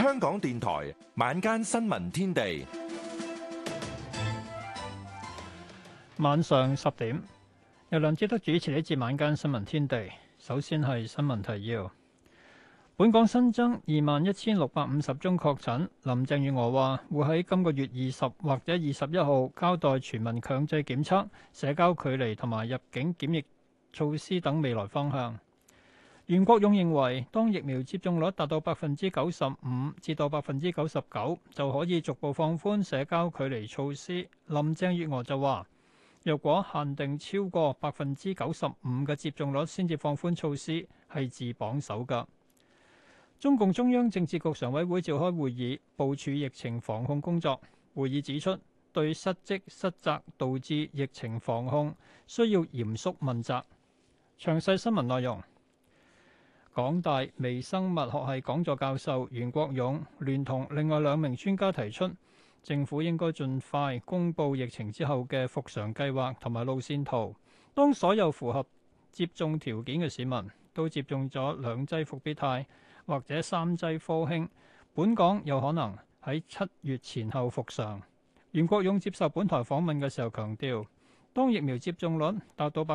香港電台晚間新聞天地， 晚上10點，由梁志德主持呢節晚間新聞天地。首先係新聞提要。本港新增21,650宗確診，林鄭月娥話會喺今個月20或者21號交代全民強制檢測、社交距離同埋入境檢疫措施等未來方向。袁國勇認為，當疫苗接種率達到95%至到99%，就可以逐步放寬社交距離措施。林鄭月娥就話，若果限定超過95%嘅接種率先至放寬措施，係自綁手㗎。中共中央政治局常委會召開會議，部署疫情防控工作。會議指出，對失職失責導致疫情防控，需要嚴肅問責。詳細新聞內容。港大微生物學系講座教授袁國勇聯同另外2名專家提出，政府應該盡快公布疫情之後嘅復常計劃同埋路線圖。當所有符合接種條件嘅市民都接種咗2劑復必泰或者3劑科興，本港有可能喺7月前後復常。袁國勇接受本台訪問嘅時候強調，當疫苗接種率達到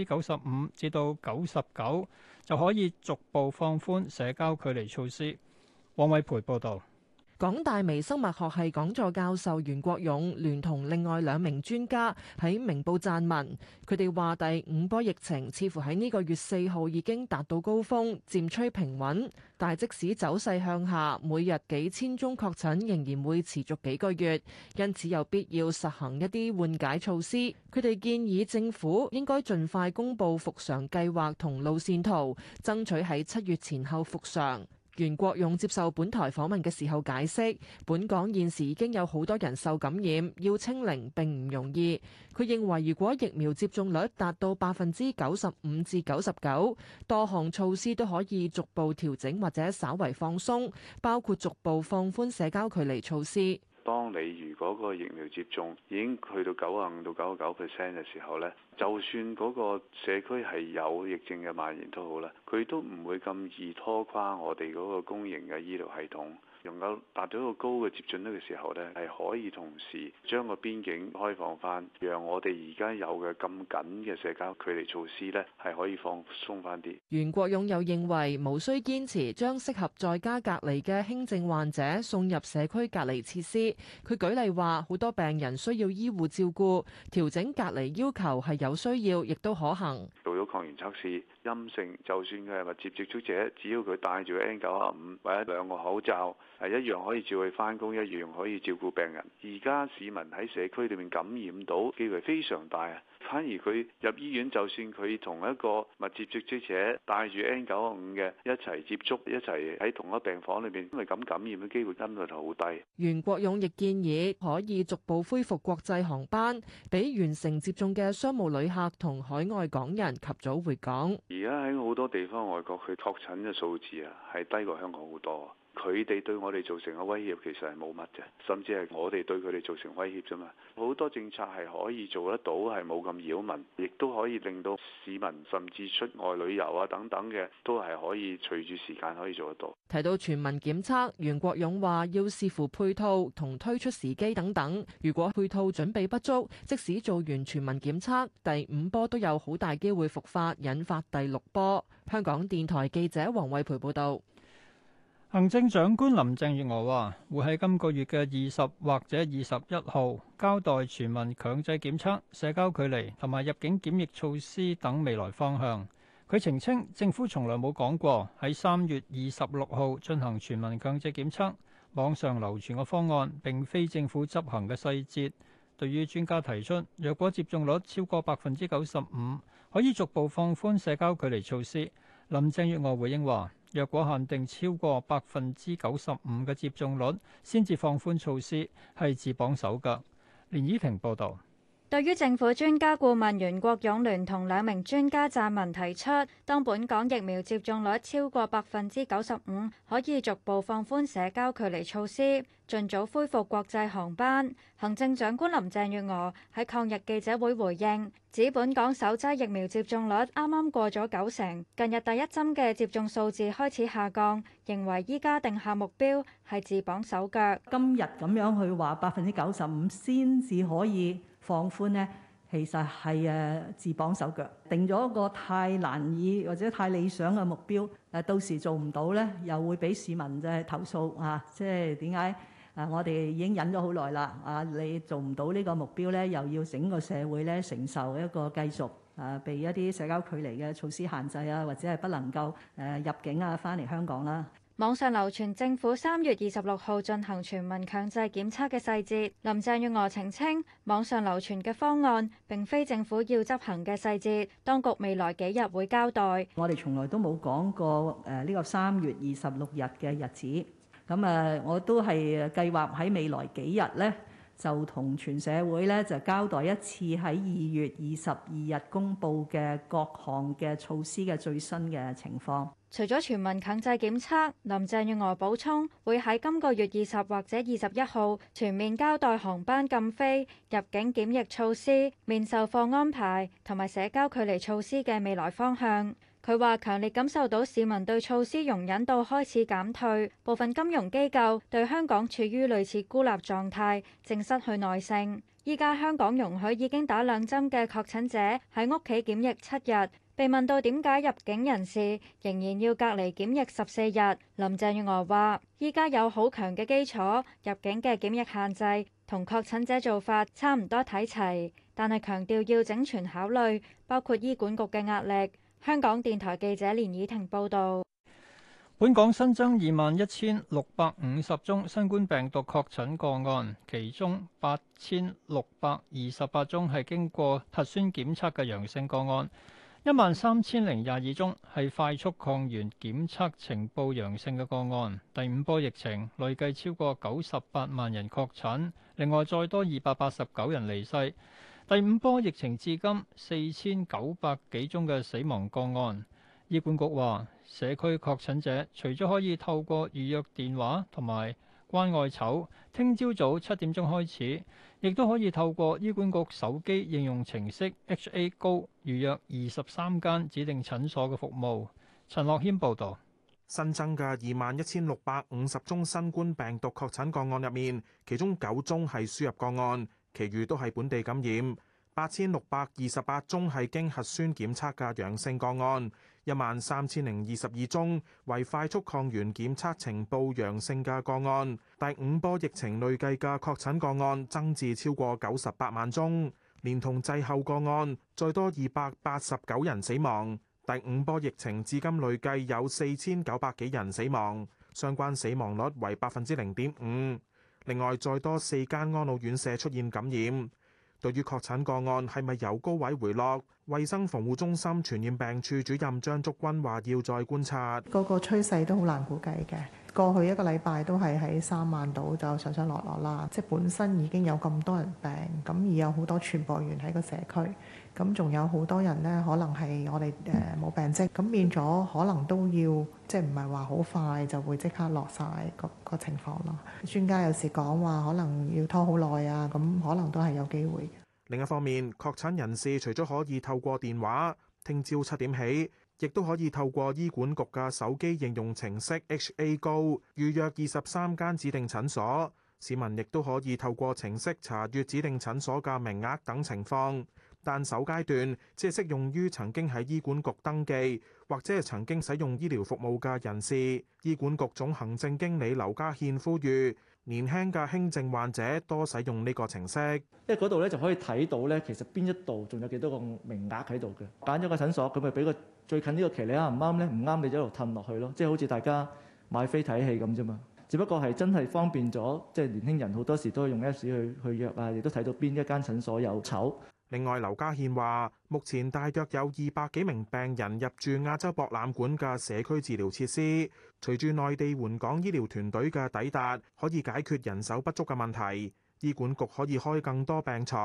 95%至到99%，就可以逐步放寬社交距離措施。王偉培報導。 港大微生物學系講座教授袁國勇聯同另外2名專家喺明報撰文，佢哋話第5波疫情似乎喺呢個月4號已經達到高峰，漸趨平穩，但即使走勢向下，每日幾千宗確診仍然會持續幾個月，因此有必要實行一啲緩解措施。佢哋建議政府應該盡快公布復常計劃同路線圖，爭取喺7月前後復常。袁國勇接受本台訪問嘅時候解釋，本港現時已經有好多人受感染，要清零並唔容易。佢認為如果疫苗接種率達到95%至99%，多項措施都可以逐步調整或者稍為放鬆，包括逐步放寬社交距離措施。 當你如果個疫苗接種已經去到95%到99% 嘅時候呢，就算嗰個社區係有疫症嘅蔓延都好啦，佢都唔會咁易拖垮我哋嗰個公營嘅醫療系統。能夠達到一個高嘅接種率嘅時候呢，係可以同時將個邊境開放翻，讓我哋而家有嘅咁緊嘅社交距離措施呢，係可以放鬆翻啲。 袁國勇又認為無需堅持將適合在家隔離嘅輕症患者送入社區隔離設施。佢舉例話，好多病人需要醫護照顧，調整隔離要求係有需要，亦都可行。 做咗抗原測試陰性，就算佢係密切接觸者，只要佢戴住 N95或者2個口罩，係一樣可以照去返工，一樣可以照顧病人。而家市民喺社區裏面感染到機會非常大啊！反而佢入醫院，就算佢同一個密切接觸者戴住 N95嘅一齊接觸，一齊喺同一病房裏邊，因為咁感染嘅機會根本就好低。 袁國勇亦建議可以逐步恢復國際航班，俾完成接種嘅商務旅客同海外港人及早回港。 而家喺好多地方外國，佢確診嘅數字啊，係低過香港好多。佢哋對我哋造成嘅威脅其實係冇乜嘅，甚至係我哋對佢哋造成威脅啫嘛。好多政策係可以做得到，係冇咁擾民，亦都可以令到市民甚至出外旅遊啊等等嘅，都係可以隨住時間可以做得到。 提到全民檢測，袁國勇話要視乎配套同推出時機等等。如果配套準備不足，即使做完全民檢測，第5波都有好大機會復發，引發第6波。香港電台記者黃慧培報道。 行政長官林鄭月娥話：會喺今個月嘅20或者21號交代全民強制檢測、社交距離同埋入境檢疫措施等未來方向。佢澄清，政府從來冇講過喺3月26號進行全民強制檢測。網上流傳嘅方案並非政府執行嘅細節。對於專家提出，若果接種率超過95%，可以逐步放寬社交距離措施。林鄭月娥回應話：若果限定超過95%嘅接種率，先至放寬措施，係自綁手腳。連依婷報導。 對於政府專家顧問袁國勇聯同2名專家撰文提出，當本港疫苗接種率超過95%，可以逐步放寬社交距離措施，盡早恢復國際航班。行政長官林鄭月娥喺抗疫記者會回應，指本港首劑疫苗接種率啱啱過咗90%，近日第一針嘅接種數字開始下降，認為依家定下目標係自綁手腳。 今日咁樣去話95%先至可以放寬呢，其實係自綁手腳，定咗一個太難以或者太理想嘅目標，到時做唔到呢，又會俾市民就係投訴啊！即係點解我哋已經忍咗好耐啦，你做唔到呢個目標呢，又要整個社會咧承受一個繼續被一啲社交距離嘅措施限制啊，或者係不能夠入境啊翻嚟香港啦。 網上流傳政府3月26號進行全民強制檢測嘅細節，林鄭月娥澄清，網上流傳嘅方案並非政府要執行嘅細節，當局未來幾日會交代。 我哋從來都冇講過呢個3月26日嘅日子，咁我都係計劃喺未來幾日呢，就同全社會咧就交代一次喺2月22日公佈嘅各項嘅措施嘅最新嘅情況。 除咗全民強制檢測，林鄭月娥補充會喺今個月20或者21號全面交代航班禁飛、入境檢疫措施、面授課安排同埋社交距離措施嘅未來方向。佢話強烈感受到市民對措施容忍度開始減退，部分金融機構對香港處於類似孤立狀態，正失去耐性。依家香港容許已經打2針嘅確診者喺屋企檢疫7日。被問到點解入境人士仍然要隔離檢疫14日，林鄭月娥話：依家有好強嘅基礎，入境嘅檢疫限制同確診者做法差唔多睇齊，但係強調要整全考慮，包括醫管局嘅壓力。香港電台記者連以婷報導。 本港新增21,650宗新冠病毒確診個案，其中8,628宗係經過核酸檢測嘅陽性個案。13,022宗係快速抗原檢測呈報陽性嘅個案。第5波疫情累計超過98萬人確診，另外再多289人離世。第5波疫情至今4,900幾宗嘅死亡個案。醫管局話，社區確診者除咗可以透過預約電話同埋關愛籌，聽朝早7點鐘開始，亦都可以透過醫管局手機應用程式 HA Go 預約23間指定診所嘅服務。陳樂軒報導。 新增嘅21,650宗新冠病毒確診個案入面，其中9宗係輸入個案，其餘都係本地感染。8,628宗係經核酸檢測嘅陽性個案，13,022宗為快速抗原檢測呈報陽性嘅個案。第5波疫情累計嘅確診個案增至超過98萬宗，連同滯後個案，再多289人死亡。第5波疫情至今累計有4,900幾人死亡，相關死亡率為0.5%。另外，再多4間安老院舍出現感染。對於確診個案係咪由高位回落，衛生防護中心傳染病處主任張竹君話要再觀察。 個趨勢都好難估計嘅。過去1個禮拜都係喺3萬度就上上落落啦，即係本身已經有咁多人病，咁而有好多傳播源喺個社區，咁仲有好多人呢，可能係我哋冇病徵，咁變咗可能都要即係唔係話好快就會即刻落晒個情況咯。專家有時講話可能要拖好耐啊，咁可能都係有機會嘅。 另一方面，確診人士除咗可以透過電話，聽朝7點起，亦都可以透過醫管局嘅手機應用程式 HA Go 預約23間指定診所。市民亦都可以透過程式查閱指定診所嘅名額等情況，但首階段只係適用於曾經喺醫管局登記或者係曾經使用醫療服務嘅人士。醫管局總行政經理劉家憲呼籲年輕嘅輕症患者多使用呢個程式， 因為嗰度咧就可以睇到咧，其實邊一度仲有幾多個名額喺度嘅。揀咗個診所，咁咪俾個最近呢個期你啱唔啱咧？唔啱你就一路褪落去咯，即係好似大家買飛睇戲咁啫嘛。只不過係真係方便咗，即係年輕人好多時都用 Apps 去約啊，亦都睇到邊一間診所有籌。 另外，劉家憲話，目前大約有200幾名病人入住亞洲博覽館嘅社區治療設施。隨住內地援港醫療團隊嘅抵達，可以解決人手不足嘅問題。醫管局可以開更多病床，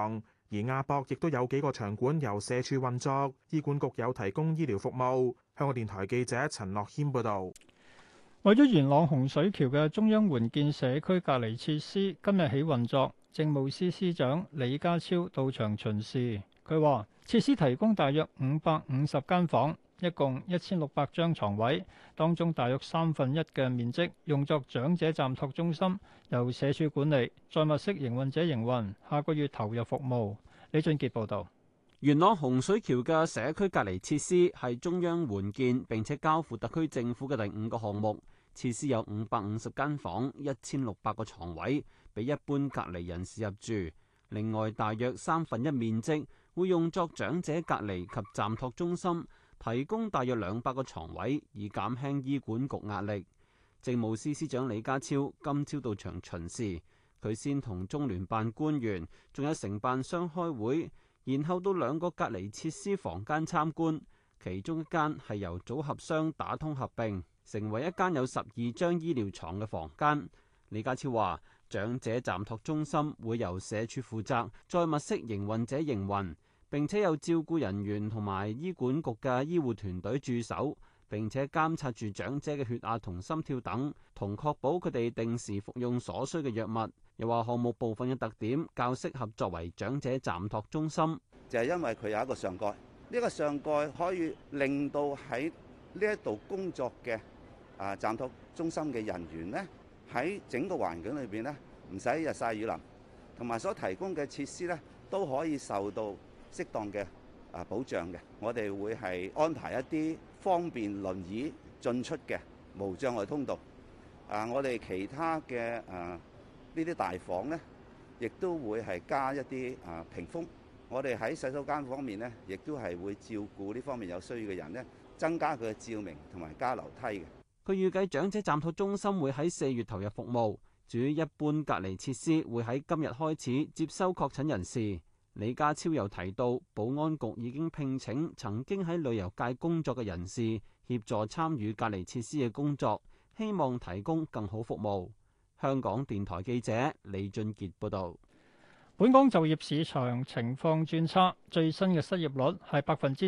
而亞博亦都有幾個場館由社署運作，醫管局有提供醫療服務。香港電台記者陳樂軒報導。 為咗元朗洪水橋嘅中央援建社區隔離設施今日起運作，政務司司長李家超到場巡視。佢話設施提供大約550間房，一共1600張床位，當中大約1/3嘅面積用作長者暫託中心，由社署管理，再物色營運者營運，下個月投入服務。李俊傑報導。 元朗洪水橋嘅社區隔離設施係中央援建並且交付特區政府嘅第5個項目，設施有550間房，1600個床位，俾一般隔離人士入住。另外，大約1/3面積會用作長者隔離及暫託中心，提供大約200個床位，以減輕醫管局壓力。政務司司長李家超今朝到場巡視，佢先同中聯辦官員仲有承辦商開會，然後到2個隔離設施房間參觀，其中一間係由組合商打通合併，成為一間有12張醫療床嘅房間。李家超話，長者暫託中心會由社署負責，再物色營運者營運，並且有照顧人員同埋醫管局嘅醫護團隊駐守，並且監察住長者嘅血壓同心跳等，同確保佢哋定時服用所需嘅藥物。又話項目部分嘅特點較適合作為長者暫託中心， 就係因為佢有一個上蓋，呢個上蓋可以令到喺呢一度工作嘅暫託中心嘅人員呢，喺整個環境裏邊呢，唔使日曬雨淋，同埋所提供嘅設施呢，都可以受到適當嘅保障嘅。我哋會係安排一啲方便輪椅進出嘅無障礙通道。我哋其他嘅呢啲大房呢，亦都會係加一啲屏風。我哋喺洗手間方面呢，亦都係會照顧呢方面有需要嘅人呢，增加佢嘅照明同埋加樓梯嘅。 佢預計長者暫託中心會喺4月投入服務，至於一般隔離設施會喺今日開始接收確診人士。李家超又提到，保安局已經聘請曾經喺旅遊界工作嘅人士協助參與隔離設施嘅工作，希望提供更好服務。香港電台記者李俊傑報導。 本港就業市場情況轉差，最新嘅失業率係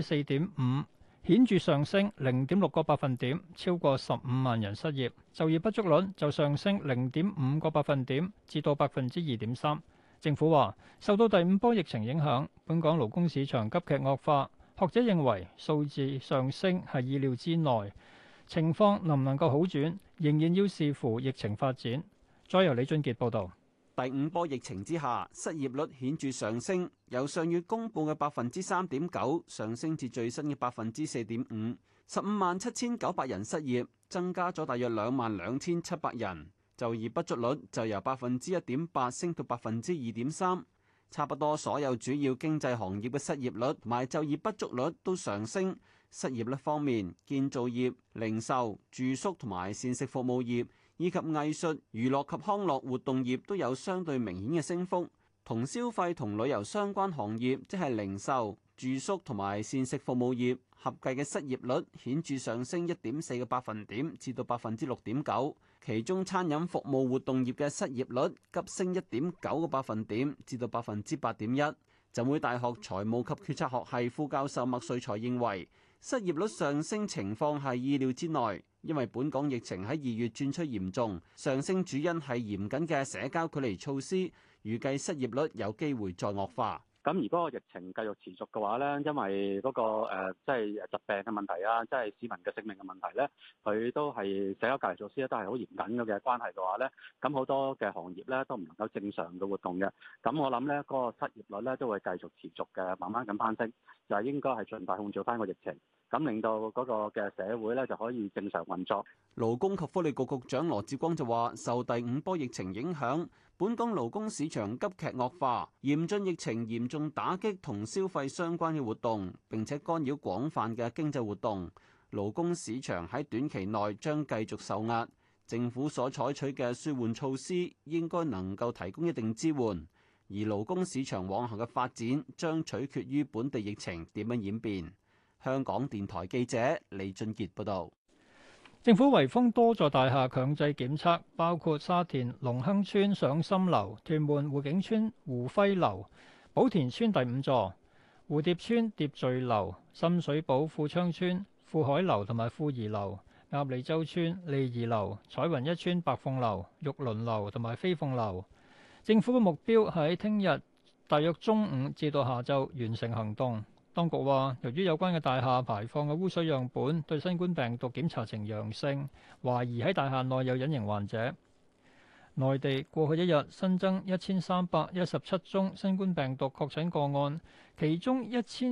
4.5%，顯著上升0.6個百分點，超過15萬人失業。就業不足率就上升0.5個百分點，至到2.3%。政府話受到第5波疫情影響，本港勞工市場急劇惡化。學者認為數字上升係意料之內，情況能唔能夠好轉，仍然要視乎疫情發展。再由李俊傑報導。 第5波疫情之下，失業率顯著上升，由上月公佈嘅3.9%上升至最新嘅4.5%， 157,900人失業，增加咗大約22,700人。就業不足率就由1.8%升到2.3%，差不多所有主要經濟行業嘅失業率同埋就業不足率都上升。失業率方面，建造業、零售、住宿同埋膳食服務業以及藝術、娛樂及康樂活動業都有相對明顯嘅升幅，同消費同旅遊相關行業，即係零售、住宿同埋膳食服務業，合計嘅失業率顯著上升1.4個百分點至到6.9%，其中餐飲服務活動業嘅失業率急升1.9個百分點至到8.1%。浸會大學財務及決策學系副教授麥瑞才認為，失業率上升情況係意料之內，因為本港疫情喺2月轉趨嚴重，上升主因係嚴謹嘅社交距離措施，預計失業率有機會再惡化。 咁如果個疫情繼續持續嘅話咧，因為嗰個即係疾病嘅問題啊，即係市民嘅性命嘅問題咧，佢都係社交隔離措施咧，都係好嚴謹嘅關係嘅話咧，咁好多嘅行業咧都唔能夠正常嘅活動嘅。咁我諗咧，嗰個失業率咧都會繼續持續嘅慢慢咁攀升，就係應該係盡快控制翻個疫情，咁令到嗰個嘅社會咧就可以正常運作。 勞工及福利局局長羅致光就話，受第5波疫情影響，本港勞工市場急劇惡化，嚴峻疫情嚴重打擊同消費相關嘅活動，並且干擾廣泛嘅經濟活動。勞工市場喺短期內將繼續受壓，政府所採取嘅舒緩措施應該能夠提供一定支援，而勞工市場往後嘅發展將取決於本地疫情點樣演變。香港電台記者李俊傑報導。 政府圍封多座大廈強制檢測，包括沙田隆亨村上心樓、屯門湖景村湖輝樓、 寶田村第5座、蝴蝶村蝶聚樓、深水埗富昌村富海樓同埋富怡樓、鴨脷洲村利怡樓、彩雲一村白鳳樓、玉麟樓同埋飛鳳樓。政府嘅目標喺聽日大約中午至到下晝完成行動。當局話，由於有關嘅大廈排放嘅污水樣本對新冠病毒檢查呈陽性，懷疑喺大廈內有隱形患者。內地過去一日新增1317宗新冠病毒確診個案，其中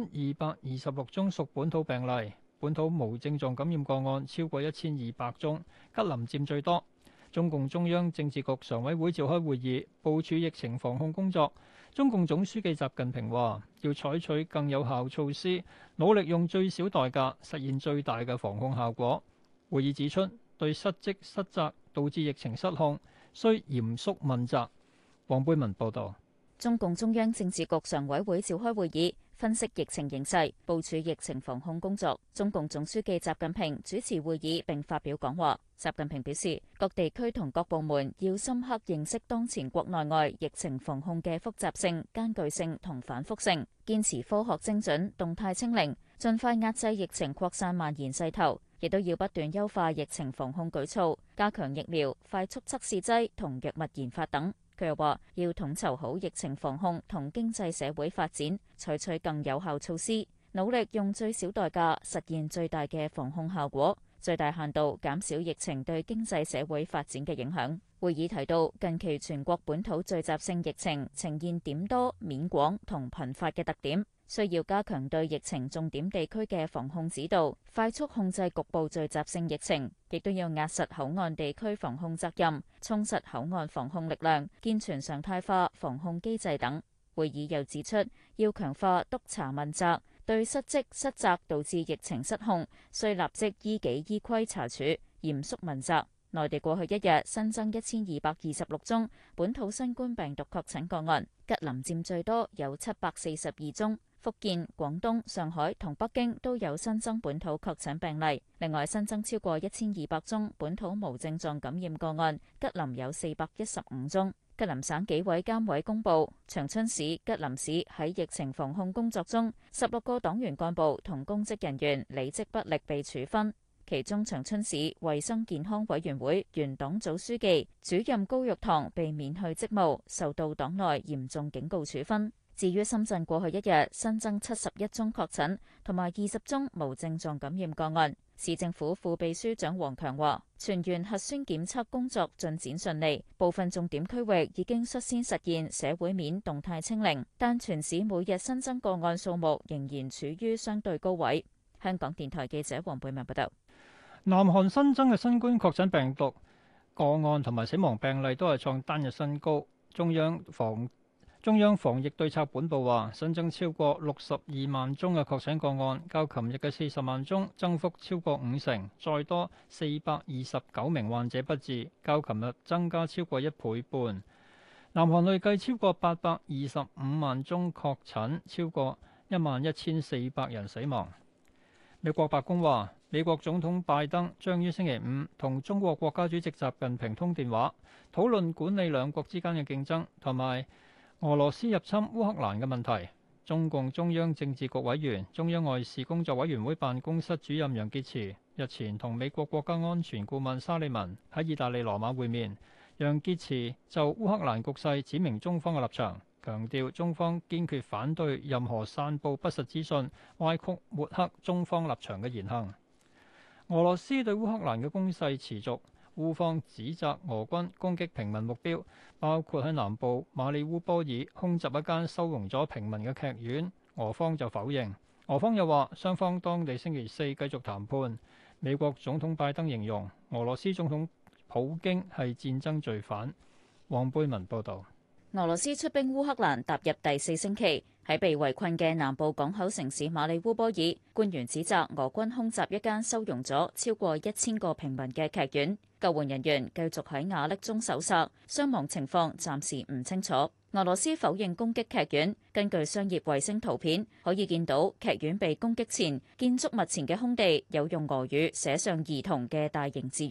1226宗屬本土病例，本土無症狀感染個案超過1200宗，吉林佔最多。中共中央政治局常委會召開會議，部署疫情防控工作。中共總書記習近平話，要採取更有效措施，努力用最少代價實現最大嘅防控效果。會議指出，對失職失責導致疫情失控，需嚴肅問責。黃貝文報導。 中共中央政治局常委會召開會議，分析疫情形勢，部署疫情防控工作。中共總書記習近平主持會議並發表講話。習近平表示，各地區同各部門要深刻認識當前國內外疫情防控嘅複雜性、艱巨性同反覆性，堅持科學精準、動態清零，盡快壓制疫情擴散蔓延勢頭，亦都要不斷優化疫情防控舉措，加強疫苗、快速測試劑同藥物研發等。佢又話，要統籌好疫情防控同經濟社會發展，採取更有效措施，努力用最少代價實現最大嘅防控效果，最大限度減少疫情對經濟社會發展嘅影響。會議提到，近期全國本土聚集性疫情呈現點多、面廣同頻發嘅特點，需要加強對疫情重點地區嘅防控指導，快速控制局部聚集性疫情，亦都要壓實口岸地區防控責任，充實口岸防控力量，健全常態化防控機制等。會議又指出，要強化督查問責，對失職失責導致疫情失控，需立即依紀依規查處，嚴肅問責。內地過去一日新增1226宗本土新冠病毒確診個案，吉林佔最多，有742宗。福建、廣東、上海同北京都有新增本土確診病例，另外新增超過1200宗本土無症狀感染個案，吉林有415宗。吉林省紀委監委公布，長春市、吉林市喺疫情防控工作中，16個黨員幹部同公職人員履職不力被處分。其中長春市衛生健康委員會原黨組書記、主任高玉堂被免去職務，受到黨內嚴重警告處分。至於深圳過去一日新增71宗確診同埋20宗無症狀感染個案，市政府副秘書長黃強話，全員核酸檢測工作進展順利，部分重點區域已經率先實現社會面動態清零，但全市每日新增個案數目仍然處於相對高位。香港電台記者黃貝文報道。 南韓新增嘅新冠確診病毒個案同埋死亡病例都係創單日新高。中央防疫對策本部話，新增超過62萬宗嘅確診個案，較琴日嘅40萬宗增幅超過50%，再多429名患者不治，較琴日增加超過1倍半。南韓累計超過825萬宗確診，超過11400人死亡。美國白宮話，美國總統拜登將於星期五同中國國家主席習近平通電話，討論管理兩國之間嘅競爭同埋俄羅斯入侵烏克蘭嘅問題。中共中央政治局委員、中央外事工作委員會辦公室主任楊潔篪日前同美國國家安全顧問沙利文喺意大利羅馬會面。楊潔篪就烏克蘭局勢指明中方嘅立場，強調中方堅決反對任何散佈不實資訊、歪曲抹黑中方立場嘅言行。俄羅斯對烏克蘭嘅攻勢持續，烏方指責俄軍攻擊平民目標，包括喺南部馬里烏波爾空襲一間收容咗平民嘅劇院，俄方就否認。俄方又話雙方當地星期四繼續談判。美國總統拜登形容俄羅斯總統普京係戰爭罪犯。黃貝文報導。 俄羅斯出兵烏克蘭踏入第4星期，喺被圍困嘅南部港口城市馬里烏波爾，官員指責俄軍空襲一間收容咗超過1000個平民嘅劇院，救援人員繼續喺瓦礫中搜索，傷亡情況暫時唔清楚。俄羅斯否認攻擊劇院，根據商業衛星圖片可以見到劇院被攻擊前，建築物前嘅空地有用俄語寫上兒童嘅大型字樣。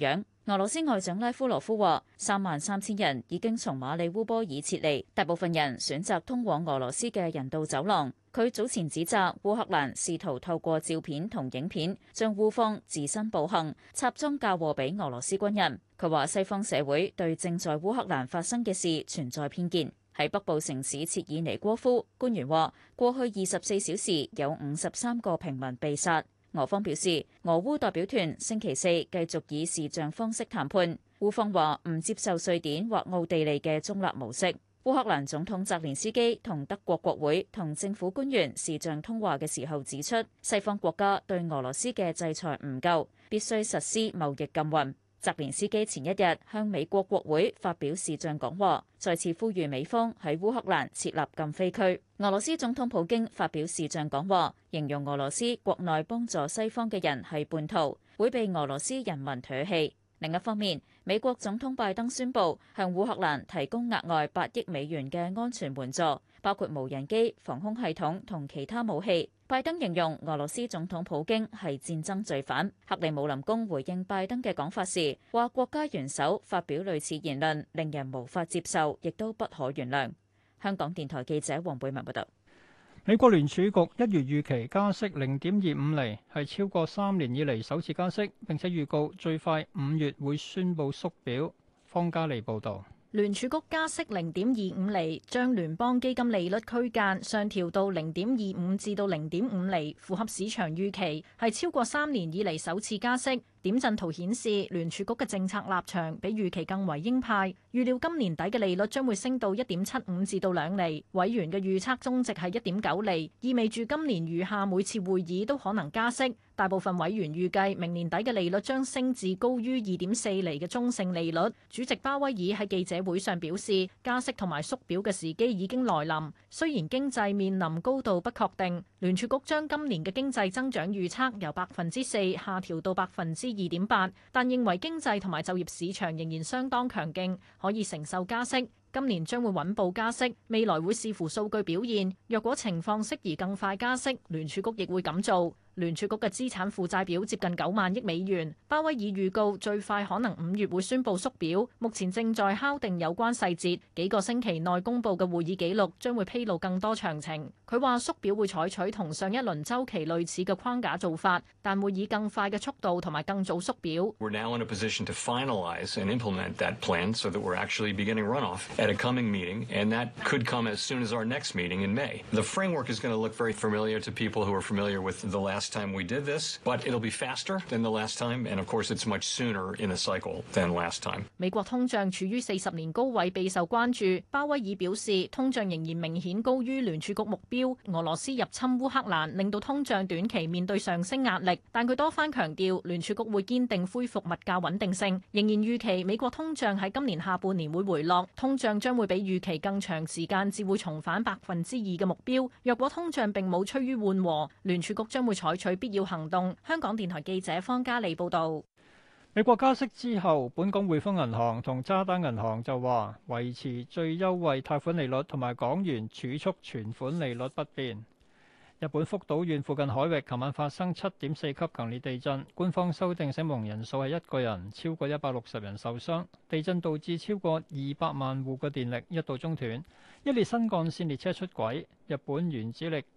俄羅斯外長拉夫羅夫話，33000人已經從馬里烏波爾撤離，大部分人選擇通往俄羅斯嘅人道走廊。佢早前指責烏克蘭試圖透過照片同影片將烏方自身暴行插贓嫁禍俾俄羅斯軍人。佢話西方社會對正在烏克蘭發生嘅事存在偏見。喺北部城市切爾尼戈夫，官員話過去24小時有53個平民被殺。俄方表示，俄烏代表團星期四繼續以視像方式談判。烏方話唔接受瑞典或奧地利嘅中立模式。烏克蘭總統澤連斯基同德國國會同政府官員視像通話嘅時候指出，西方國家對俄羅斯嘅制裁唔夠，必須實施貿易禁運。澤連斯基前一日向美國國會發表視像講話，再次呼籲美方喺烏克蘭設立禁飛區。俄羅斯總統普京發表視像講話，形容俄羅斯國內幫助西方嘅人係叛徒，會被俄羅斯人民唾棄。另一方面，美國總統拜登宣布向烏克蘭提供額外8億美元嘅安全援助，包括無人機、防空系統同其他武器。拜登形容俄羅斯總統普京係戰爭罪犯。克里姆林宮回應拜登嘅講法時，話國家元首發表類似言論令人無法接受，亦都不可原諒。香港電台記者黃貝文報道。 美國聯儲局1月預期加息0.25厘，係超過3年以嚟首次加息，並且預告最快5月會宣布縮表。方嘉利報導。 聯儲局加息0.25厘，將聯邦基金利率區間上調到0.25至到0.5厘，符合市場預期，係超過3年以嚟首次加息。點陣圖顯示聯儲局嘅政策立場比預期更為鷹派，預料今年底嘅利率將會升到1.75至到2厘。委員嘅預測中值係1.9厘，意味住今年餘下每次會議都可能加息。大部分委員預計明年底嘅利率將升至高於2.4厘嘅中性利率。主席鮑威爾喺記者會上表示，加息同埋縮表嘅時機已經來臨。雖然經濟面臨高度不確定，聯儲局將今年嘅經濟增長預測由4%下調到2.8%，但認為經濟同埋就業市場仍然相當強勁，可以承受加息。今年將會穩步加息，未來會視乎數據表現。若果情況適宜更快加息，聯儲局亦會咁做。聯儲局嘅資產負債表接近9萬億美元。鮑威爾預告最快可能5月會宣布縮表，目前正在敲定有關細節。幾個星期內公佈嘅會議記錄將會披露更多詳情。佢話縮表會採取同上一輪週期類似嘅框架做法，但會以更快嘅速度同埋更早縮表。 We're now in a position to finalize and implement that plan so that we're actually beginning runoff at a coming meeting, and that could come as soon as our next meeting in May. The framework is going to look very familiar to people who are familiar with the last time we did this, but it'll be faster than the last time, and of course it's much sooner in the cycle than last time. 美國通脹處於40年高位，備受關注。鮑威爾表示，通脹仍然明顯高於聯儲局目標。俄羅斯入侵烏克蘭令到通脹短期面對上升壓力，但佢多番強調聯儲局會堅定恢復物價穩定性，仍然預期美國通脹喺今年下半年會回落，通脹將會比預期更長時間至會重返2%嘅目標。若果通脹並冇趨於緩和，聯儲局將會採取必要行動。香港電台記者方嘉利報導。 美國加息之後，本港匯豐銀行同渣打銀行就話維持最優惠貸款利率同埋港元儲蓄存款利率不變。日本福島縣附近海域琴晚發生7.4級強烈地震，官方修訂死亡人數係1個人，超過160人受傷。地震導致超過200萬戶嘅電力一度中斷，一列新幹線列車出軌。日本原子力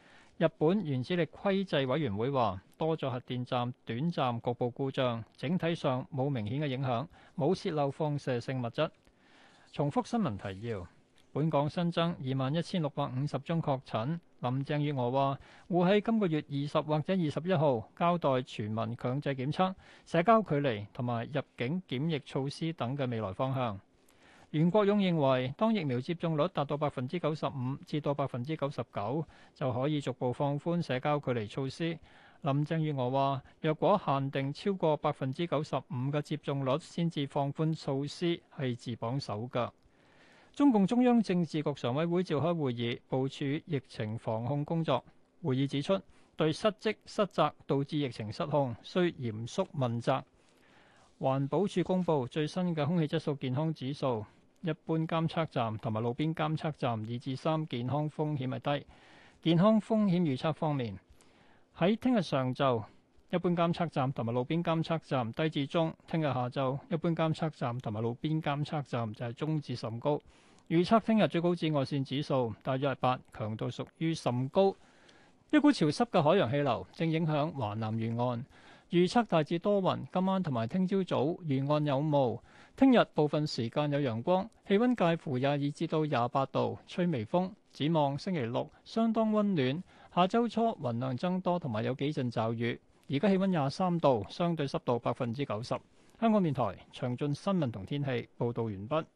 規制委員會話，多座核電站短暫局部故障，整體上冇明顯嘅影響，冇洩漏放射性物質。重複新聞提要：本港新增21,650宗確診。林鄭月娥話會喺今個月20或者21號交代全民強制檢測、社交距離同埋入境檢疫措施等嘅未來方向。袁國勇認為，當疫苗接種率達到95%至到99%，就可以逐步放寬社交距離措施。林鄭月娥話：若果限定超過95%嘅接種率先至放寬措施，係自綁手腳。中共中央政治局常委會召開會議，部署疫情防控工作。會議指出，對失職失責導致疫情失控，需嚴肅問責。環保署公布最新嘅空氣質素健康指數。一般監測站同埋路邊監測站2至3，健康風險係低。健康風險預測方面，喺聽日上晝一般監測站同埋路邊監測站低至中。聽日下晝一般監測站同埋路邊監測站就係中至甚高。預測聽日最高紫外線指數大約係8，強度屬於甚高。一股潮濕嘅海洋氣流正影響華南沿岸，預測大致多雲，今晚同埋聽朝早沿岸有霧。聽日部分時間有陽光，氣温介乎22至到28度，吹微風。展望星期六相當温暖，下周初雲量增多同埋有幾陣驟雨。而家氣温23度，相對濕度90%。香港電台詳盡新聞同天氣報導完畢。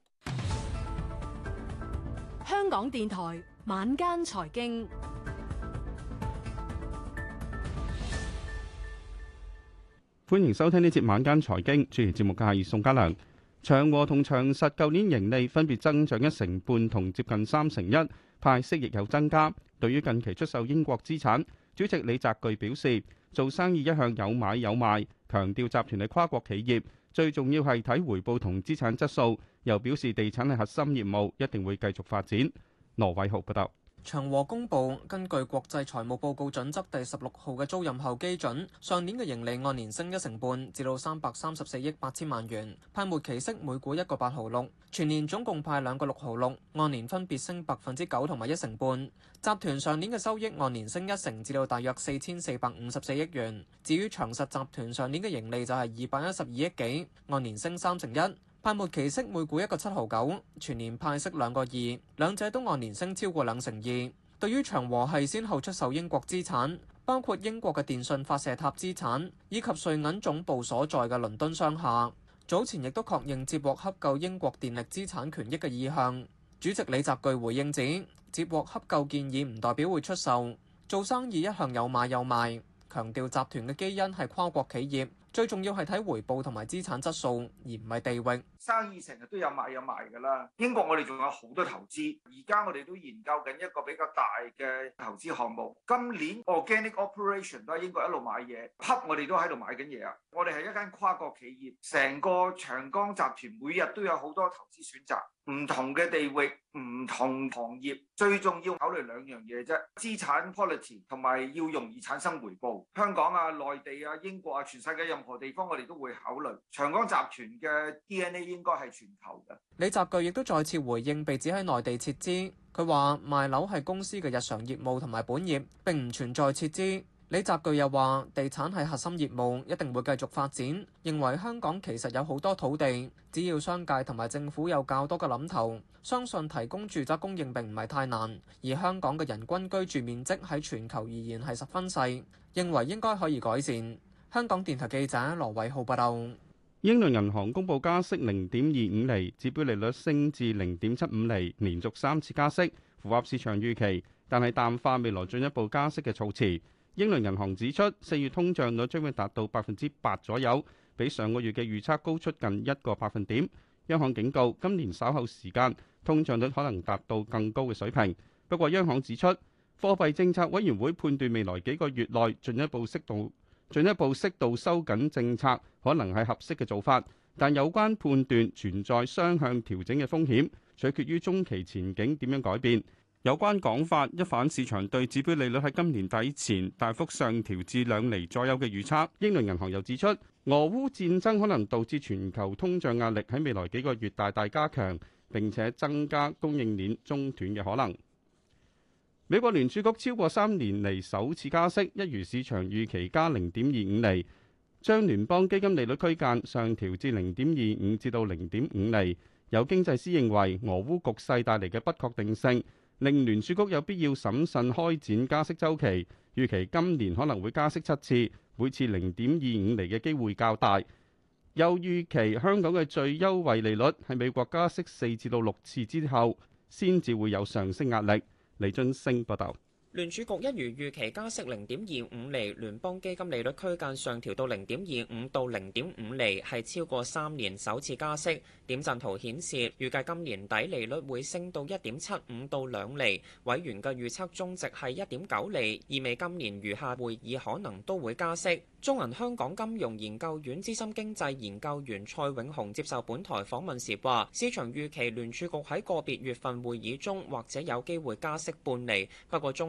香港電台晚間財經， 歡迎收聽呢節晚間財經，主持節目嘅係宋家良。長和同長實舊年盈利分別增長1成半同接近3成1，派息亦有增加。對於近期出售英國資產，主席李澤钜表示，做生意一向有買有賣，強調集團係跨國企業，最重要係睇回報同資產質素。又表示地產係核心業務，一定會繼續發展。羅偉豪報道。 長和公佈，根據國際財務報告準則第16號嘅租賃後基準，上年嘅盈利按年升1成半，至到334億8千萬元，派末期息每股1個8毫6，全年總共派2個6毫6，按年分別升9%同埋1成半。集團上年嘅收益按年升1成，至到大約4454億元。至於長實集團上年嘅盈利就係212億幾，按年升3成1。派末期息每股1個7毫9，全年派息2個2，兩者都按年升超過2成2。對於長和係先後出售英國資產，包括英國嘅電訊發射塔資產，以及瑞銀總部所在嘅倫敦商廈。早前亦都確認接獲洽購英國電力資產權益嘅意向。主席李澤钜回應指，接獲洽購建議唔代表會出售，做生意一向有買有賣，強調集團嘅基因係跨國企業。最重要係睇回報同埋資產質素，而唔係地域。 生意成日都有買有賣㗎啦。英國我哋仲有好多投資，而家我哋都研究緊一個比較大嘅投資項目。今年 organic operation 都喺英國一路買嘢，pub 我哋都喺度買緊嘢啊。我哋係一間跨國企業，成個長江集團每日都有好多投資選擇，唔同嘅地域、唔同行業，最重要考慮2樣嘢啫，資產 quality 同埋要容易產生回報。香港啊、內地啊、英國啊，全世界任何地方我哋都會考慮。長江集團嘅 DNA 應該係全球嘅。 李澤钜亦都再次回應被指喺內地撤資，佢話賣樓係公司嘅日常業務同埋本業，並唔存在撤資。李澤钜又話地產係核心業務，一定會繼續發展。認為香港其實有好多土地，只要商界同埋政府有較多嘅諗頭，相信提供住宅供應並唔係太難。而香港嘅人均居住面積喺全球而言係十分細，認為應該可以改善。香港電台記者羅偉浩報道。 英倫銀行公佈加息0.25厘，指標利率升至0.75厘，連續3次加息，符合市場預期，但係淡化未來進一步加息嘅措辭。英倫銀行指出，4月通脹率將會達到8%左右，比上個月嘅預測高出近1個百分點。央行警告，今年稍後時間通脹率可能達到更高嘅水平。不過，央行指出，貨幣政策委員會判斷未來幾個月內進一步適度收緊政策可能係合適嘅做法，但有關判斷存在雙向調整嘅風險，取決於中期前景點樣改變。有關講法一反市場對指標利率喺今年底前大幅上調至2厘左右嘅預測。英倫銀行又指出，俄烏戰爭可能導致全球通脹壓力喺未來幾個月大大加強，並且增加供應鏈中斷嘅可能。美國聯儲局超過3年嚟首次加息，一如市場預期加0.25厘，將聯邦基金利率區間上調至0.25至到0.5厘。有經濟師認為，俄烏局勢帶嚟嘅不確定性令聯儲局有必要審慎開展加息週期，預期今年可能會加息7次，每次0.25厘嘅機會較大。又預期香港嘅最優惠利率喺美國加息4至到6次之後，先至會有上升壓力。李津升報道。 聯儲局一如預期加息0.25厘，聯邦基金利率區間上調到0.25到0.5厘，係超過3年首次加息。點陣圖顯示，預計今年底利率會升到1.75到2厘，委員嘅預測中值係1.9厘，意味今年餘下會議可能都會加息。中銀香港金融研究院資深經濟研究員蔡永雄接受本台訪問時話，市場預期聯儲局喺個別月份會議中或者有機會加息半厘，不過中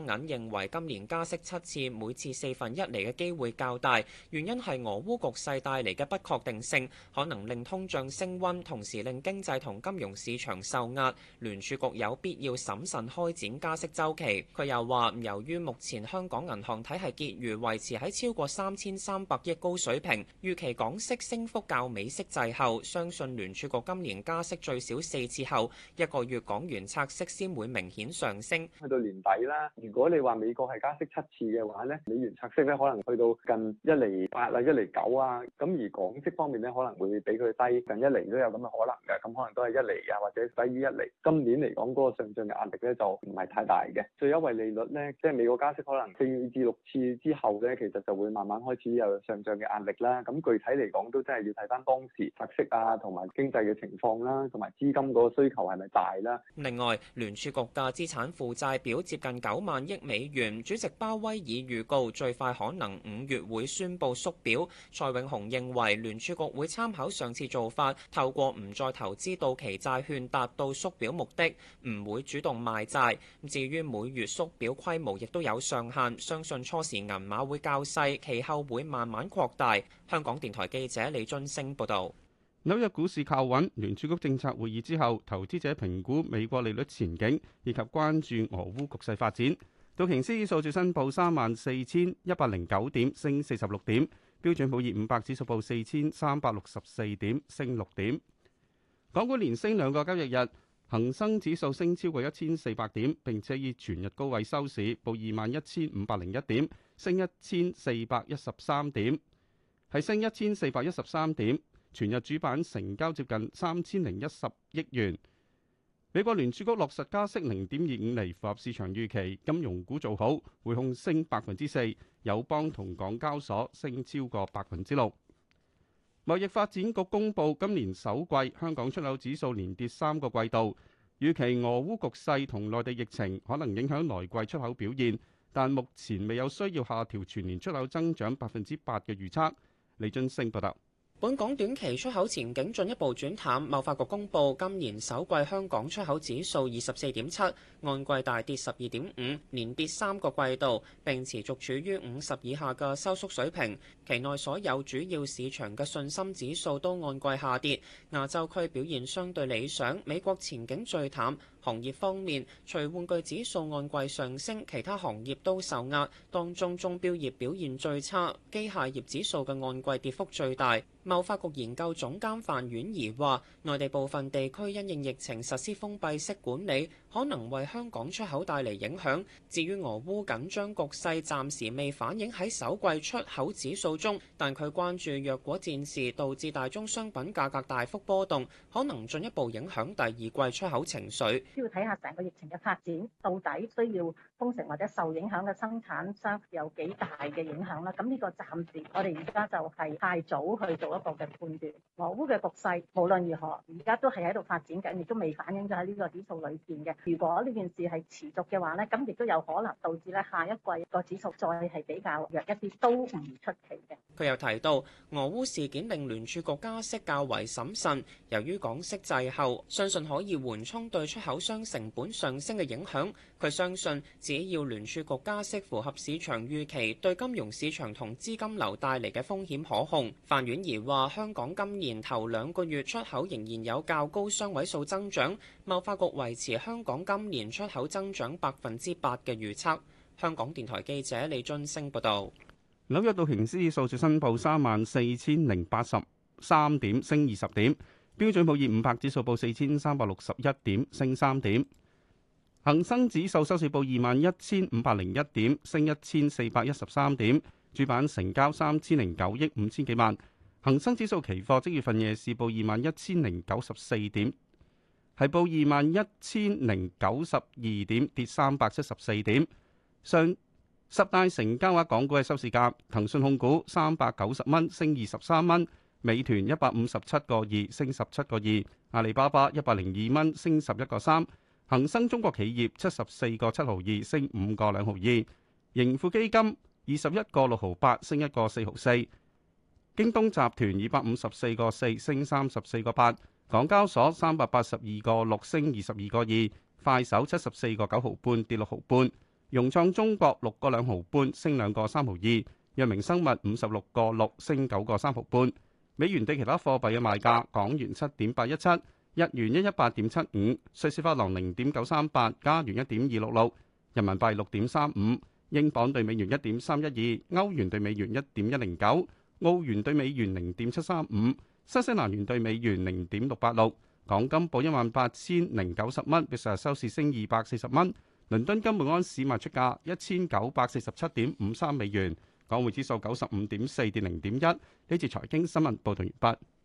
認為今年加息7次，每次1/4嘅機會較大，原因係俄烏局勢帶嚟嘅不確定性，可能令通脹升溫，同時令經濟同金融市場受壓。聯儲局有必要審慎開展加息週期。佢又話，由於目前香港銀行體系結餘維持喺超過3300億高水平，預期港息升幅較美息滯後，相信聯儲局今年加息最少4次後，1個月港元拆息先會明顯上升。 去到年底啦，如果你話美國係加息7次嘅話咧，美元拆息咧可能去到近1.8啊、1.9啊，咁而港息方面咧可能會比佢低近1厘都有咁嘅可能嘅，咁可能都係1厘啊或者低於1厘。今年嚟講嗰個上漲嘅壓力咧就唔係太大嘅。最優惠利率咧，即係美國加息可能4至6次之後咧，其實就會慢慢開始有上漲嘅壓力啦。咁具體嚟講都真係要睇翻當時拆息啊同埋經濟嘅情況啦，同埋資金嗰個需求係咪大啦。 另外，聯儲局嘅資產負債表接近9萬億美元，主席鮑威爾預告最快可能5月會宣布縮表。蔡永雄認為聯儲局會參考上次做法，透過唔再投資到期債券達到縮表目的，唔會主動賣債。至於每月縮表規模亦都有上限，相信初時銀碼會較細，其後會慢慢擴大。香港電台記者李津升報導。 紐約股市靠穩，聯儲局政策會議之後，投資者評估美國利率前景以及關注俄烏局勢發展。道瓊斯指數最新報34,109點，升46點；標準普爾500指數報4,364點，升6點。港股連升2個交易日，恒生指數升超過1,400點，並且以全日高位收市，報21,501點，升1,413點，係升1,413點。全日主板成交接近3010億元。美國聯儲局落實加息0.25厘，符合市場預期。金融股做好，匯控升4%，友邦同港交所升超過6%。貿易發展局公布今年首季香港出口指數連跌3個季度，預期俄烏局勢同內地疫情可能影響來季出口表現，但目前未有需要下調全年出口增長8%嘅預測。李津升報道。 本港短期出口前景進一步轉淡，貿發局公布今年首季香港出口指數24.7，按季大跌12.5，連跌3個季度，並持續處於50以下嘅收縮水平。期內所有主要市場嘅信心指數都按季下跌，亞洲區表現相對理想，美國前景最淡。行業方面，除玩具指數按季上升，其他行業都受壓，當中鐘錶業表現最差，機械業指數嘅按季跌幅最大。貿發局研究總監范婉儀話，內地部分地區因應疫情實施封閉式管理，可能為香港出口帶嚟影響。至於俄烏緊張局勢，暫時未反映喺首季出口指數中，但佢關注若果戰事導致大宗商品價格大幅波動，可能進一步影響第二季出口情緒。 需要睇下成個疫情嘅發展，到底需要封城或者受影響嘅生產商有幾大嘅影響啦。咁呢個暫時我哋而家就係太早去做一個嘅判斷。俄烏嘅局勢無論如何，而家都係喺度發展緊，亦都未反映咗喺呢個指數裏邊嘅。如果呢件事係持續嘅話咧，咁亦都有可能導致咧下一季個指數再係比較弱一啲，都唔出奇嘅。 佢又提到，俄烏事件令聯儲局加息較為審慎，由於港息滯後，相信可以緩衝對出口商成本上升嘅影響。佢相信只要聯儲局加息符合市場預期，對金融市場同資金流帶嚟嘅風險可控。范婉儀話：香港今年頭2個月出口仍然有較高雙位數增長，貿發局維持香港今年出口增長8%嘅預測。香港電台記者李津升報導。 紐約道瓊斯指數新報34,083點，升20點；標準普爾500指數報4,361點，升3點；恒生指數收市報21,501點，升1,413點。主板成交3009億5千幾萬。恒生指數期貨即月份夜市報21,094點，係報21,092點，跌374點。上十大成交額港股嘅收市價：騰訊控股390蚊，升23蚊；美團157個2，升17個2；阿里巴巴102蚊，升11個3；恒生中國企業74個7毫2，升5個2毫2；盈富基金21個6毫8，升1個4毫4；京東集團254個4，升34個8；港交所382個6，升22個2；快手74個9毫半，跌6毫半。 融創中國6個2毫半，升2個3毫2。藥明生物56個6，升9個3毫半。美元對其他貨幣嘅賣價：港元7.817，日元118.75，瑞士法郎0.938，加元1.266，人民幣6.35，英鎊對美元1.312，歐元對美元1.109，澳元對美元0.735，新西蘭元對美元0.686。港金報18,090蚊，比上日收市升240蚊。倫敦金每安士賣出價1947.53美元。港匯指數95.4跌0.1。呢次財經新聞報道完畢。